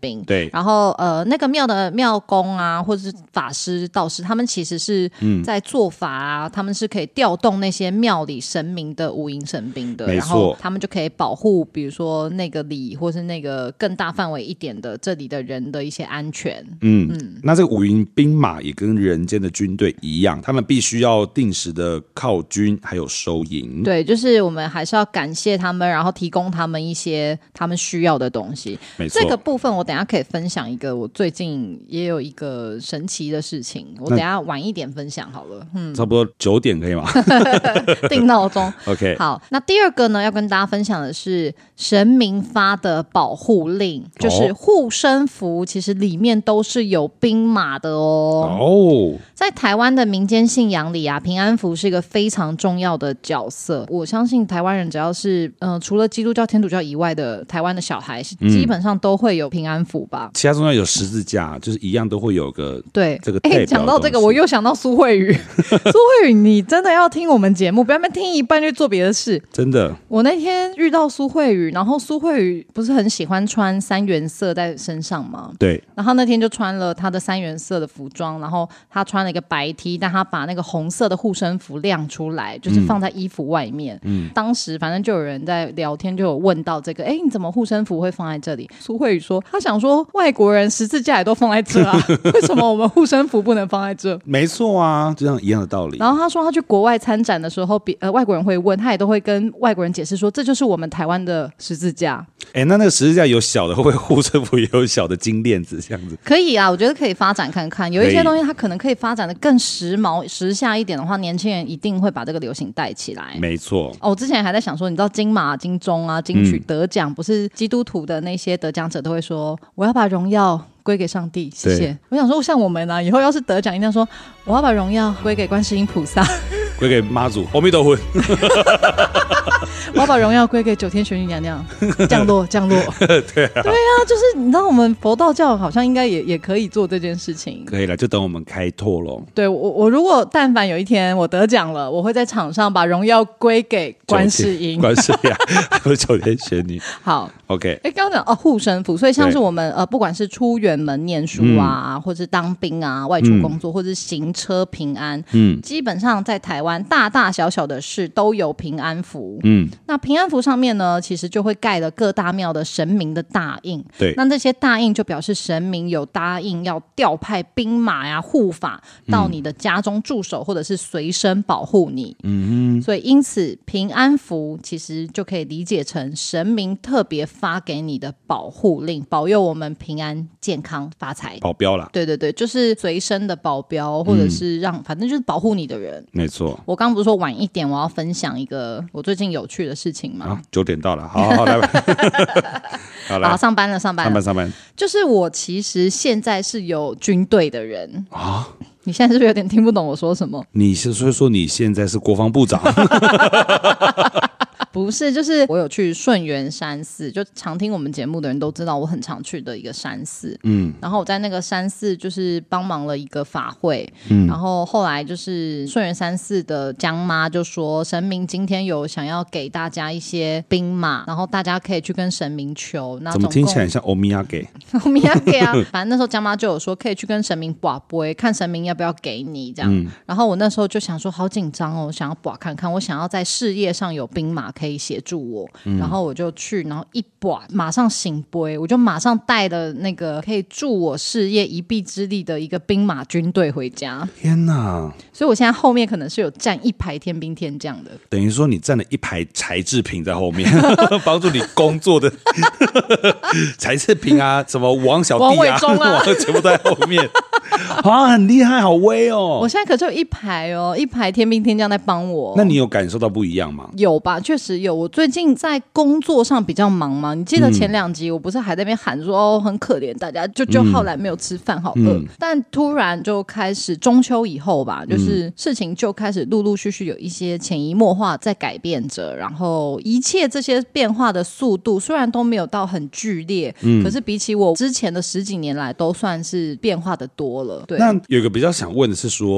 S3: 对，
S4: 然后呃，那个庙的庙公啊，或者是法师、道士，他们其实是在做法啊，嗯、他们是可以调动那些庙里神明的五营神兵的，
S3: 没错，
S4: 然后他们就可以保护，比如说那个里，或是那个更大范围一点的这里的人的一些安全。
S3: 嗯嗯，那这个五营兵马也跟人间的军队一样，他们必须要定时的犒军，还有收营。
S4: 对，就是我们还是要感谢他们，然后提供他们一些他们需要的东西。
S3: 没错，
S4: 这个部分我等一下可以分享一个我最近也有一个神奇的事情，我等一下晚一点分享好了。嗯，
S3: 差不多九点可以吗？
S4: 定闹钟。
S3: OK，
S4: 好，那第二个呢，要跟大家分享的是神明发的保护令，就是护身符，其实里面都是有兵马的哦。
S3: 哦，
S4: 在台湾的民间信仰里啊，平安符是一个非常重要的角色。我相信台湾人只要是呃除了基督教、天主教以外的台湾的小孩，嗯、基本上都会有平安符吧。
S3: 其他宗教有十字架，就是一样都会有个
S4: 对
S3: 这个代表的东西。
S4: 讲到这个，我又想到苏慧宇，苏慧宇，你真的要听我们节目，不要听一半就做别的事。
S3: 真的，
S4: 我那天遇到苏慧宇，然后苏慧宇不是很喜欢穿三原色在身上吗？
S3: 对。
S4: 然后那天就穿了他的三原色的服装，然后他穿了一个白 T， 但他把那个红色的护身符亮出来，就是放在衣服外面。嗯，当时反正就有人在聊天，就有问到这个，哎，你怎么护身符会放在这里？苏慧宇说，他想说外国人十字架也都放在这啊，为什么我们护身符不能放在这？
S3: 没错啊，就这样一样的道理。
S4: 然后他说他去国外参展的时候，呃，外国人会问，他也都会跟外国人解释说，这就是我们台湾的十字架。
S3: 哎，那那个十字架有小的，会不会护身符也有小的金链子这样子？
S4: 可以啊，我觉得可以发展看看。有一些东西它可能可以发展的更时髦、时下一点的话，年轻人一定会把这个流行带起来。
S3: 没错。
S4: 哦，我之前还在想说，你知道金马、金钟啊、金曲得奖，嗯、不是基督徒的那些得奖者都会说，我要把荣耀归给上帝，谢谢。我想说，像我们啊，以后要是得奖，一定要说我要把荣耀归给观世音菩萨，
S3: 归给妈祖，阿弥陀佛。
S4: 我要把荣耀归给九天玄女娘娘，降落降落。
S3: 对啊，
S4: 对啊，就是你知道，我们佛道教好像应该也也可以做这件事情。
S3: 可以了，就等我们开拓咯。
S4: 对，我我如果但凡有一天我得奖了，我会在场上把荣耀归给观世音，
S3: 观世音，不是九天玄女。
S4: 好
S3: ，OK。
S4: 哎，刚刚讲哦，护身符，所以像是我们呃，不管是出远门念书啊，嗯、或者是当兵啊、外出工作，嗯、或者是行车平安，嗯，基本上在台湾大大小小的事都有平安符，嗯。那平安符上面呢，其实就会盖了各大庙的神明的大印。
S3: 对，
S4: 那这些大印就表示神明有答应要调派兵马呀、护法到你的家中驻守，嗯、或者是随身保护你。嗯，所以因此平安符其实就可以理解成神明特别发给你的保护令，保佑我们平安健康发财。
S3: 保镖啦，
S4: 对对对，就是随身的保镖，或者是让、嗯、反正就是保护你的人。
S3: 没错。
S4: 我刚不是说晚一点我要分享一个我最近有趣的事情吗？
S3: 啊，九点到了，好好好来吧。好来，
S4: 好上班了，上班了，
S3: 上班上班。
S4: 就是我其实现在是有军队的人啊。你现在是不是有点听不懂我说什么？
S3: 你是所以说你现在是国防部长？
S4: 不是，就是我有去顺源山寺，就常听我们节目的人都知道我很常去的一个山寺。嗯，然后我在那个山寺就是帮忙了一个法会。嗯，然后后来就是顺源山寺的江妈就说，神明今天有想要给大家一些兵马，然后大家可以去跟神明求。那
S3: 怎么听起来像欧米亚给？
S4: 欧米亚给啊，反正那时候江妈就有说可以去跟神明拔杯，看神明要不要给你这样。嗯、然后我那时候就想说，好紧张哦，想要拔看看，我想要在事业上有兵马可以。可以协助我，嗯、然后我就去，然后一把马上醒杯，我就马上带了那个可以助我事业一臂之力的一个兵马军队回家。
S3: 天哪！
S4: 所以我现在后面可能是有站一排天兵天将的，
S3: 等于说你站了一排柴制品在后面，帮助你工作的柴制品啊，什么王小弟啊，
S4: 王伟忠啊，
S3: 全部都在后面。啊，很厉害，好威哦！
S4: 我现在可就有一排哦，一排天兵天将在帮我。
S3: 那你有感受到不一样吗？
S4: 有吧，确实有。我最近在工作上比较忙嘛，你记得前两集我不是还在那边喊说、嗯、哦很可怜大家，就就后来没有吃饭，好饿、嗯。但突然就开始中秋以后吧，就是事情就开始陆陆续续有一些潜移默化在改变着，然后一切这些变化的速度虽然都没有到很剧烈，嗯、可是比起我之前的十几年来，都算是变化的多了。对，
S3: 那有一个比较想问的是说，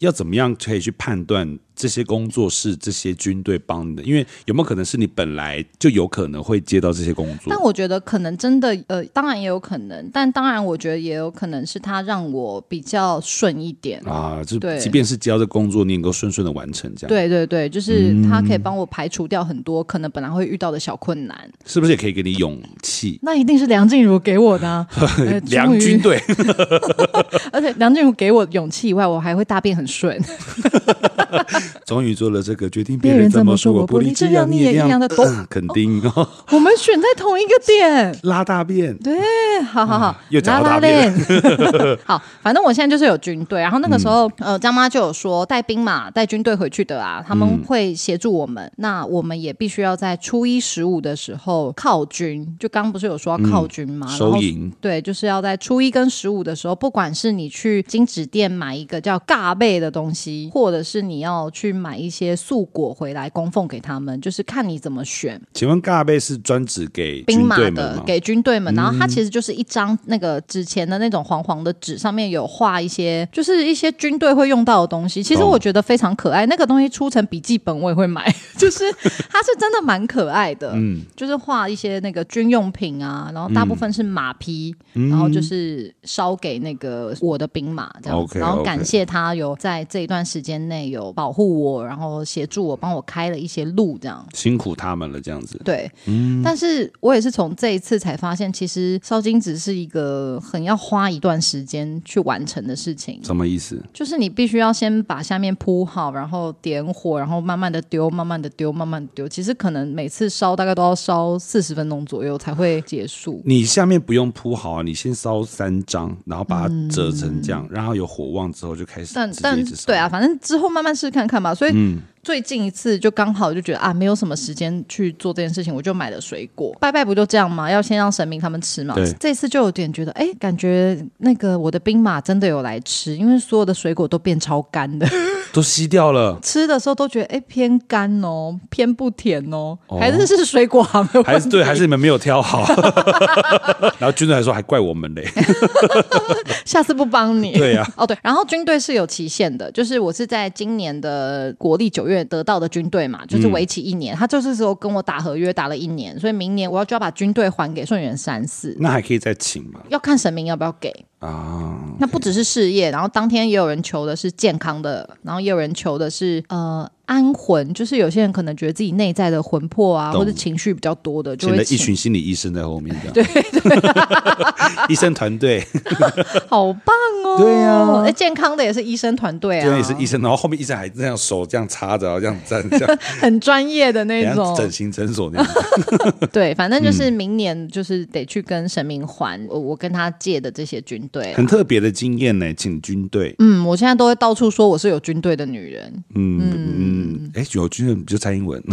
S3: 要怎么样可以去判断这些工作是这些军队帮你的？因为有没有可能是你本来就有可能会接到这些工作？
S4: 但我觉得可能真的，呃，当然也有可能，但当然我觉得也有可能是他让我比较顺一点
S3: 啊，就
S4: 对，
S3: 即便是接到这工作，你能够顺顺的完成这样。
S4: 对对对，就是他可以帮我排除掉很多可能本来会遇到的小困难，
S3: 是不是也可以给你勇气？
S4: 那一定是梁静茹给我的、啊
S3: 呃、梁军队，
S4: 而且梁静茹给我勇气以外，我还会大便很顺。
S3: 终于做了这个决定，别人怎么说我不理，这样你也一样的、呃、肯定哦。
S4: 我们选在同一个点，
S3: 拉大便。
S4: 对，好好好，啊、
S3: 又讲到大便。
S4: 好，反正我现在就是有军队，然后那个时候，嗯、呃，张妈就有说，带兵马、带军队回去的啊，他们会协助我们、嗯，那我们也必须要在初一十五的时候犒军。就刚刚不是有说要犒军吗？
S3: 嗯、收营。
S4: 对，就是要在初一跟十五的时候，不管是你去金纸店买一个叫尬贝的东西，或者是你要去买一些素果回来供奉给他们，就是看你怎么选。
S3: 请问尬贝是专指给
S4: 兵马
S3: 军队们
S4: 的，
S3: 吗？
S4: 给军队们，然后它其实就是一张那个纸钱的那种黄黄的纸，上面有画一些就是一些军队会用到的东西。其实我觉得非常可爱，那个东西出成笔记本我也会买，就是它是真的蛮可爱的。嗯，就是画一些那个军用品啊，然后大部分是马匹，嗯、然后就是烧给那个我的兵马这样子， okay, 然后感谢他有在这一段时间内有保护我，然后协助我，帮我开了一些路，这样
S3: 辛苦他们了这样子。
S4: 对，嗯，但是我也是从这一次才发现，其实烧金纸是一个很要花一段时间去完成的事情。
S3: 什么意思？
S4: 就是你必须要先把下面铺好，然后点火，然后慢慢的丢，慢慢的丢，慢慢的丢。其实可能每次烧大概都要烧四十分钟左右才会结束。
S3: 你下面不用铺好啊，你先烧三张，然后把它折成这样，嗯、然后有火旺之后就开始直接一直烧。
S4: 但但对啊，反正之后慢慢试看看吧。所以。嗯最近一次就刚好就觉得啊，没有什么时间去做这件事情，我就买了水果。拜拜不就这样吗？要先让神明他们吃嘛。这次就有点觉得，哎，感觉那个我的兵马真的有来吃，因为所有的水果都变超干的，
S3: 都吸掉了。
S4: 吃的时候都觉得，哎，偏干哦，偏不甜哦，哦还是是水果行的问题，
S3: 还是对，还是你们没有挑好。然后军队还说还怪我们嘞，
S4: 下次不帮你。
S3: 对呀、啊，
S4: 哦对，然后军队是有期限的，就是我是在今年的国历九月得到的军队嘛，就是为期一年、嗯、他就是说跟我打合约打了一年，所以明年我要就要把军队还给顺源三四。
S3: 那还可以再请吗？
S4: 要看神明要不要给啊。那不只是事业，然后当天也有人求的是健康的，然后也有人求的是呃安魂，就是有些人可能觉得自己内在的魂魄啊，或者情绪比较多的，就会
S3: 请了一群心理医生在后面这样。
S4: 对对，
S3: 医生团队，
S4: 好棒哦！
S3: 对呀、啊，
S4: 健康的也是医生团队啊，
S3: 对，也是医生，然后后面医生还这样手这样插着，这样站，这样
S4: 很专业的那种
S3: 整形诊所那样。
S4: 对，反正就是明年就是得去跟神明还我我跟他借的这些军队、啊，
S3: 很特别的经验呢，请军队。
S4: 嗯，我现在都会到处说我是有军队的女人。
S3: 嗯嗯，哎、嗯，有军队就蔡英文。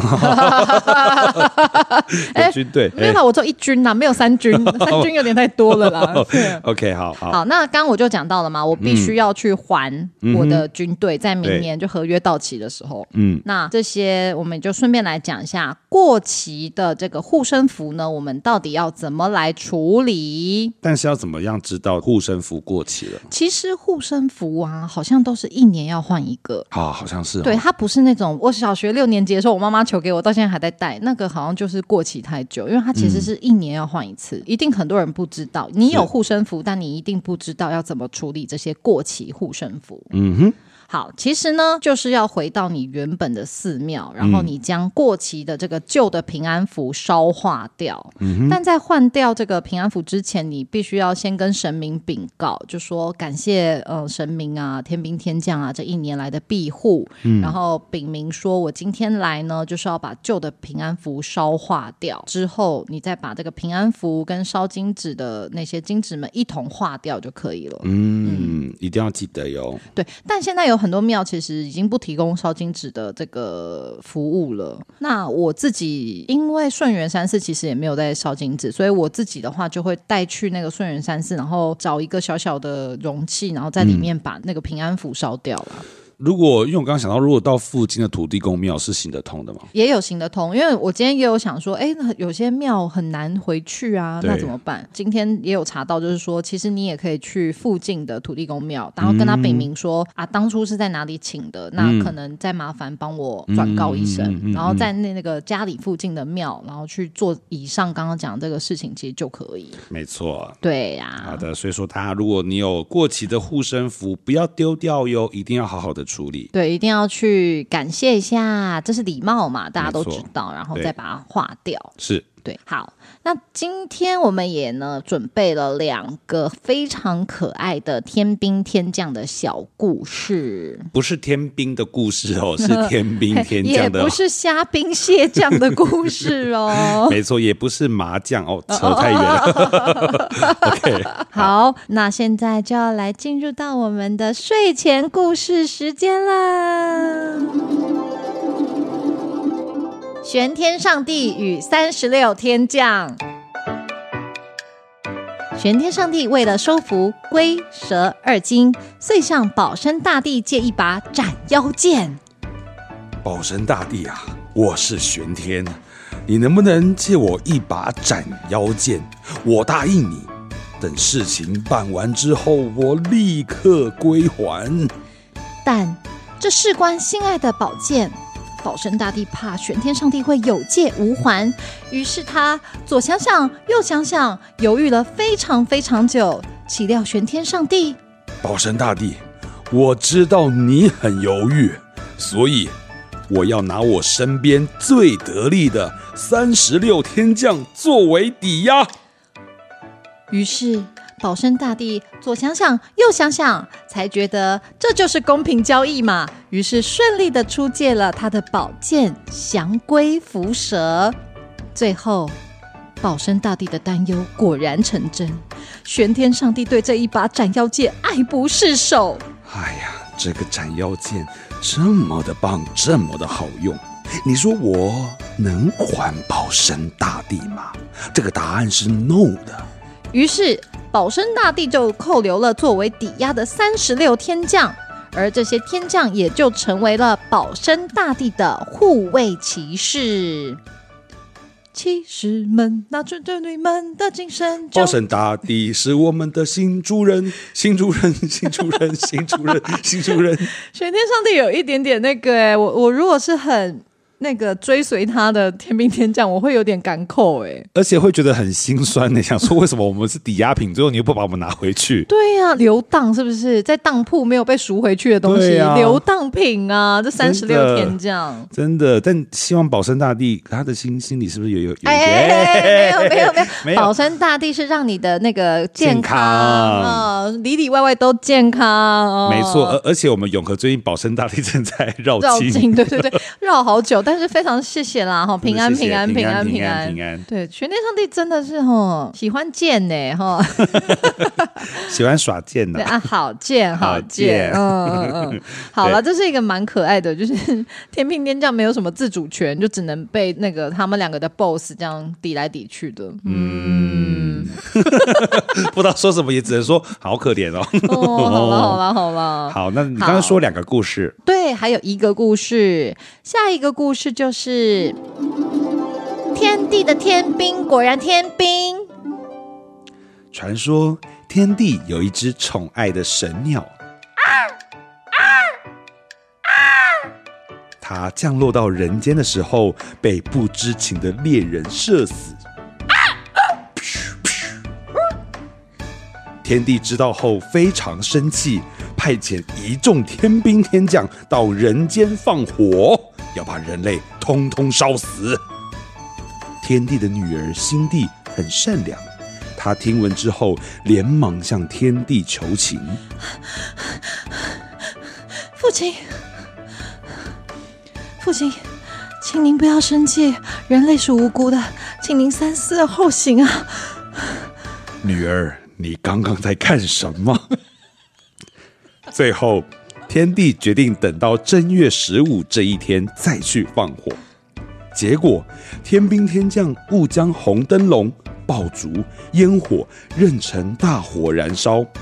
S3: 有军队
S4: 没有啦，我只有一军啦，没有三军，三军有点太多了啦。
S3: OK， 好好
S4: 好，那刚刚我就讲到了嘛，我必须要去还我的军队，在明年就合约到期的时候。嗯，那这些我们就顺便来讲一下过期的这个护身符呢，我们到底要怎么来处理？
S3: 但是要怎么样知道护身符过期了？
S4: 其实护身符啊，好像都是一年要换一个。
S3: 好，好像是、哦。
S4: 对，它不是那种我小学六年级的时候，我妈妈求给我，到现在还在戴，那个好像就是过期太久，因为它其实是一年要换一次、嗯。一定很多人不知道，你有护身符，但你一定不知道要怎么处理这些过期护身符。嗯哼。好，其实呢，就是要回到你原本的寺庙，然后你将过期的这个旧的平安符烧化掉。嗯、但在换掉这个平安符之前，你必须要先跟神明禀告，就说感谢呃神明啊、天兵天将啊这一年来的庇护、嗯，然后禀明说我今天来呢，就是要把旧的平安符烧化掉。之后，你再把这个平安符跟烧金纸的那些金纸们一同化掉就可以了。
S3: 嗯，嗯一定要记得哟。
S4: 对，但现在有很多庙其实已经不提供烧金纸的这个服务了。那我自己因为顺源山寺其实也没有在烧金纸，所以我自己的话就会带去那个顺源山寺，然后找一个小小的容器，然后在里面把那个平安符烧掉了。
S3: 如果因为我刚刚想到，如果到附近的土地公庙是行得通的吗？
S4: 也有行得通，因为我今天也有想说，哎，有些庙很难回去啊，那怎么办？今天也有查到，就是说，其实你也可以去附近的土地公庙，然后跟他禀明说、嗯、啊，当初是在哪里请的，那可能再麻烦帮我转告一声、嗯嗯嗯嗯，然后在那个家里附近的庙，然后去做以上刚刚讲这个事情，其实就可以。
S3: 没错，
S4: 对呀、啊。
S3: 好的，所以说他如果你有过期的护身符，不要丢掉哟，一定要好好的处理。
S4: 对，一定要去感谢一下，这是礼貌嘛，大家都知道，然后再把它化掉。
S3: 是。
S4: 对，好，那今天我们也呢准备了两个非常可爱的天兵天将的小故事，
S3: 不是天兵的故事哦，是天兵天将的、哦，
S4: 也不是虾兵蟹将的故事哦，
S3: 没错，也不是麻将哦，扯太远了。OK，
S4: 好, 好，那现在就要来进入到我们的睡前故事时间啦。玄天上帝与三十六天将。玄天上帝为了收服龟蛇二精，遂向保生大帝借一把斩妖剑。
S3: 保生大帝啊，我是玄天，你能不能借我一把斩妖剑？我答应你，等事情办完之后，我立刻归还。
S4: 但这事关心爱的宝剑，保生大帝怕玄天上帝会有借无还，于是他左想想右想想，犹豫了非常非常久。岂料玄天上帝，
S3: 保生大帝，我知道你很犹豫，所以我要拿我身边最得力的三十六天将作为抵押。
S4: 于是保生大帝左想想右想想，才觉得这就是公平交易嘛，于是顺利的出借了他的宝剑降龟伏蛇。最后保生大帝的担忧果然成真，玄天上帝对这一把斩妖剑爱不释手。
S3: 哎呀，这个斩妖剑这么的棒，这么的好用，你说我能还保生大帝吗？这个答案是 no 的。
S4: 于是保生大帝就扣留了作为抵押的三十六天将，而这些天将也就成为了保生大帝的护卫骑士。骑士们，拿出对你们的精神。
S3: 保生大帝是我们的新主人，新主人，新主人，新主人，新主人。
S4: 玄天上帝有一点点那个、欸，我我如果是很那个追随他的天兵天将，我会有点感扣哎、欸，
S3: 而且会觉得很心酸呢、欸，想说为什么我们是抵押品，最后你又不把我们拿回去？
S4: 对呀、啊，流荡是不是在当铺没有被赎回去的东西？啊、流荡品啊，这三十六天将
S3: 真的，但希望保生大帝他的心心里是不是有有有？
S4: 哎哎哎，没有没有没有，没有保生大帝是让你的那个健康，健康啊，里里外外都健康。哦、
S3: 没错，而而且我们永和最近保生大帝正在绕
S4: 绕
S3: 境，
S4: 对对对，绕好久。但是非常谢谢啦，哈，平安平安平安平安
S3: 平安。
S4: 对，玄天上帝真的是哈喜欢剑呢，哈，
S3: 喜欢耍剑呢、
S4: 啊，好剑好剑，嗯嗯嗯。好了，这是一个蛮可爱的，就是天兵天将没有什么自主权，就只能被那个他们两个的 boss 这样抵来抵去的。嗯，
S3: 不知道说什么，也只能说好可怜哦。
S4: 哦，好了好了好了，
S3: 好，那你刚刚说两个故事，
S4: 对，还有一个故事，下一个故事就是天帝的天兵果然天兵。
S3: 传说天帝有一只宠爱的神鸟，啊啊啊、它降落到人间的时候，被不知情的猎人射死。啊啊、天帝知道后非常生气，派遣一众天兵天将到人间放火，要把人类通通烧死。天帝的女儿心地很善良，她听闻之后连忙向天帝求情。
S4: 父亲，父亲，请您不要生气，人类是无辜的，请您三思而后行啊。
S3: 女儿，你刚刚在干什么？最后天帝决定等到正月十五这一天再去放火。结果天兵天将误将红灯笼、爆竹、烟火认成大火燃烧，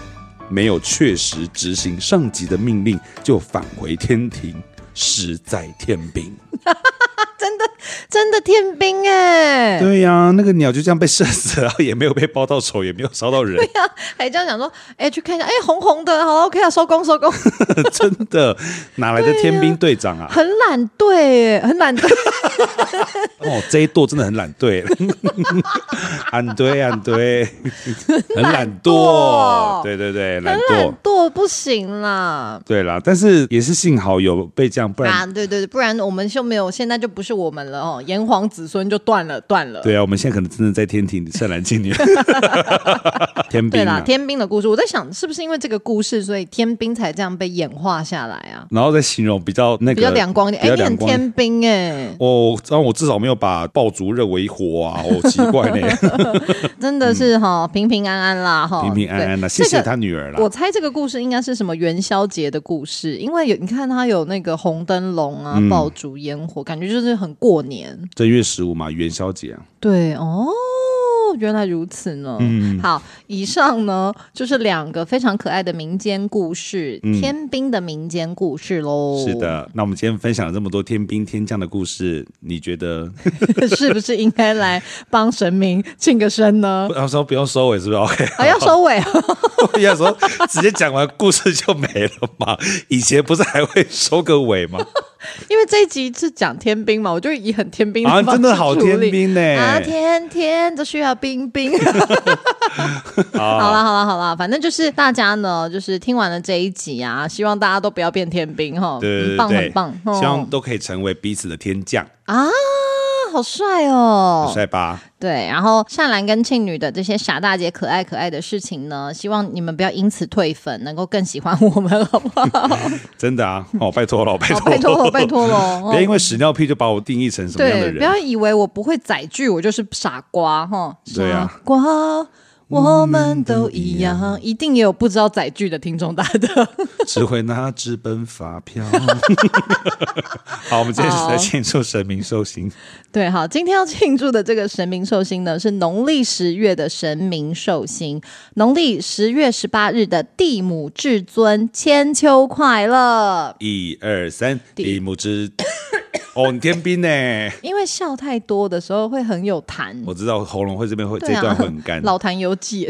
S3: 没有确实执行上级的命令就返回天庭，实在天兵。
S4: 真的真的天兵哎！
S3: 对呀、啊，那个鸟就这样被射死了，然后也没有被爆到手，也没有烧到人。
S4: 对呀、啊，还这样想说，哎，去看一下，哎，红红的，好 ，OK 啊，收工收工。
S3: 真的，哪来的天兵队长啊？
S4: 很懒队，很懒队。
S3: 哦，这一舵真的很懒队，懒队懒队，很懒惰。对对对，懒惰，
S4: 懒惰不行啦。
S3: 对啦，但是也是幸好有被这样，不然、
S4: 啊、对对对，不然我们就没有，现在就不是我们了哦，炎黄子孙就断了断了。
S3: 对啊，我们现在可能真的在天庭善男信女。天兵、啊、
S4: 对啦，天兵的故事，我在想是不是因为这个故事，所以天兵才这样被演化下来啊？
S3: 然后再形容比较那个
S4: 比较阳光一点，哎，你很天兵哎。
S3: 哦，然后我至少没有把爆竹认为火啊，哦，奇怪呢。
S4: 真的是哈、嗯、平平安安啦哈，
S3: 平平安安啦，谢谢他女儿啦。
S4: 我猜这个故事应该是什么元宵节的故事，因为有你看它有那个红灯笼啊、嗯、爆竹烟火，感觉就是很过年。
S3: 正月十五嘛，元宵节啊。
S4: 对哦。原来如此呢、嗯、好，以上呢就是两个非常可爱的民间故事、嗯、天兵的民间故事咯。
S3: 是的，那我们今天分享了这么多天兵天将的故事，你觉得
S4: 是不是应该来帮神明庆个生呢？
S3: 不要说不用收尾是不是 OK、
S4: 啊、要收尾
S3: 要说直接讲完故事就没了嘛，以前不是还会收个尾吗？
S4: 因为这一集是讲天兵嘛，我就以很天兵的方式处理、
S3: 啊、真的好天兵呢、欸、
S4: 啊，天天都需要冰冰。好啦好啦好啦，反正就是大家呢，就是听完了这一集啊，希望大家都不要变天兵哈，
S3: 对对对，
S4: 很棒很棒，
S3: 希望都可以成为彼此的天将
S4: 啊。好帅哦，
S3: 好帅吧？
S4: 对，然后善兰跟庆女的这些傻大姐可爱可爱的事情呢，希望你们不要因此退粉，能够更喜欢我们，好不好？
S3: 真的啊，哦，拜托了，拜托了，
S4: 拜托了，拜托了，
S3: 不要因为屎尿屁就把我定义成什么样的人？
S4: 对，不要以为我不会载具，我就是傻瓜哈。
S3: 对啊，
S4: 傻瓜。我们都一样，一定也有不知道载具的听众打的，
S3: 只会拿纸本发票。好，我们今天是在庆祝神明寿星。
S4: 对，好，今天要庆祝的这个神明寿星呢，是农历十月的神明寿星，农历十月十八日的地母至尊，千秋快乐！
S3: 一二三，地母至。哦，你天兵呢？
S4: 因为笑太多的时候会很有痰，
S3: 我知道喉咙会这边会、啊、这段会很干，
S4: 老痰有解。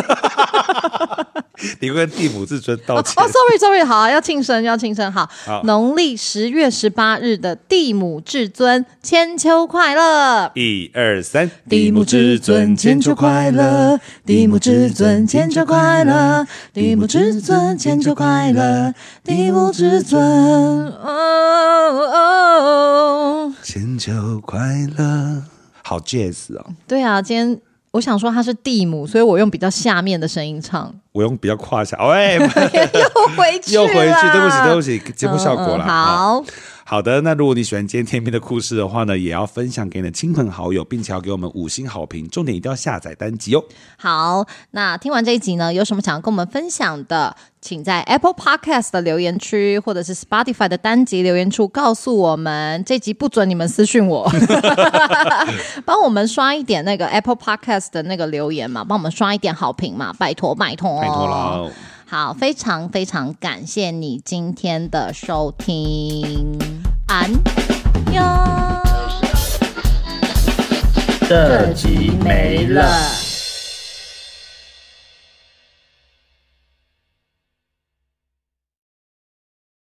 S3: 你会跟地母至尊道歉？
S4: 哦、oh, ，sorry sorry， 好，要庆生要庆生，好，农历十月十八日的地母至尊，千秋快乐！
S3: 一二三，
S4: 地母至尊，千秋快乐！地母至尊，千秋快乐！地母至尊，千秋快乐！地母至尊，哦哦，
S3: 千秋快乐！好 jazz 哦。
S4: 对啊，今天。我想说他是地母，所以我用比较下面的声音唱。
S3: 我用比较胯下，喂、
S4: 哦欸，又回去
S3: 又回去，对不起，对不起，节目效果啦。
S4: 嗯嗯、好。
S3: 好的，那如果你喜欢今天天兵的故事的话呢，也要分享给你的亲朋好友，并且要给我们五星好评，重点一定要下载单集哦。
S4: 好，那听完这一集呢，有什么想要跟我们分享的，请在 Apple Podcast 的留言区，或者是 Spotify 的单集留言处告诉我们。这集不准你们私讯我，帮我们刷一点那个 Apple Podcast 的那个留言嘛，帮我们刷一点好评嘛，拜托拜托，
S3: 拜托了。
S4: 好，非常非常感谢你今天的收听，安妞，
S1: 这集没了。